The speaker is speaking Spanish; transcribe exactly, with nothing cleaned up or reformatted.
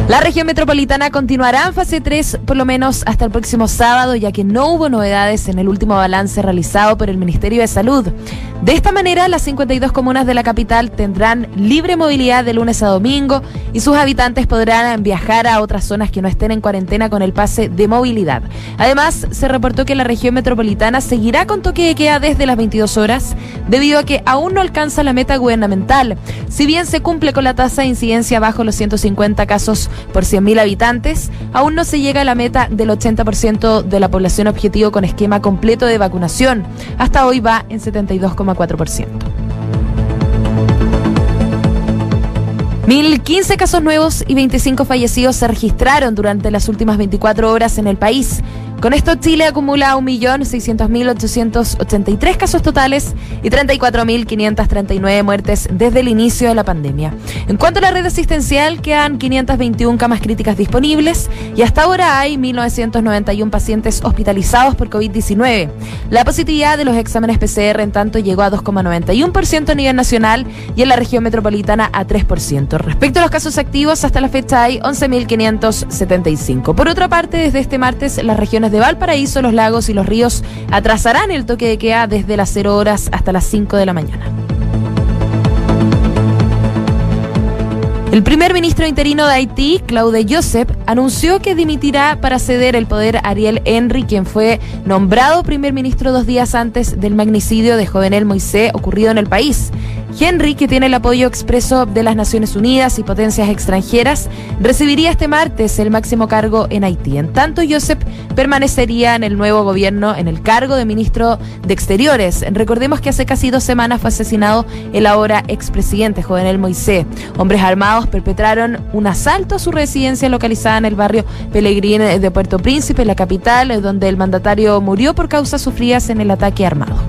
La región metropolitana continuará en fase tres por lo menos hasta el próximo sábado, ya que no hubo novedades en el último balance realizado por el Ministerio de Salud. De esta manera, las cincuenta y dos comunas de la capital tendrán libre movilidad de lunes a domingo y sus habitantes podrán viajar a otras zonas que no estén en cuarentena con el pase de movilidad. Además, se reportó que la región metropolitana seguirá con toque de queda desde las veintidós horas, debido a que aún no alcanza la meta gubernamental. Si bien se cumple con la tasa de incidencia bajo los ciento cincuenta casos por cien mil habitantes, aún no se llega a la meta del ochenta por ciento de la población objetivo con esquema completo de vacunación. Hasta hoy va en setenta y dos coma cuatro por ciento. mil quince casos nuevos y veinticinco fallecidos se registraron durante las últimas veinticuatro horas en el país. Con esto, Chile acumula un millón seiscientos mil ochocientos ochenta y tres casos totales y treinta y cuatro mil quinientas treinta y nueve muertes desde el inicio de la pandemia. En cuanto a la red asistencial, quedan quinientas veintiuna camas críticas disponibles y hasta ahora hay mil novecientos noventa y uno pacientes hospitalizados por COVID diecinueve. La positividad de los exámenes P C R, en tanto, llegó a dos coma noventa y uno por ciento a nivel nacional y en la región metropolitana a tres por ciento. Respecto a los casos activos, hasta la fecha hay once mil quinientos setenta y cinco. Por otra parte, desde este martes, las regiones de Valparaíso, Los Lagos y Los Ríos atrasarán el toque de queda desde las cero horas hasta las cinco de la mañana. El primer ministro interino de Haití, Claude Joseph, anunció que dimitirá para ceder el poder a Ariel Henry, quien fue nombrado primer ministro dos días antes del magnicidio de Jovenel Moïse ocurrido en el país. Henry, que tiene el apoyo expreso de las Naciones Unidas y potencias extranjeras, recibiría este martes el máximo cargo en Haití. En tanto, Joseph permanecería en el nuevo gobierno en el cargo de ministro de Exteriores. Recordemos que hace casi dos semanas fue asesinado el ahora expresidente Jovenel Moïse. Hombres armados perpetraron un asalto a su residencia localizada en el barrio Pellegrín de Puerto Príncipe, la capital, donde el mandatario murió por causas sufridas en el ataque armado.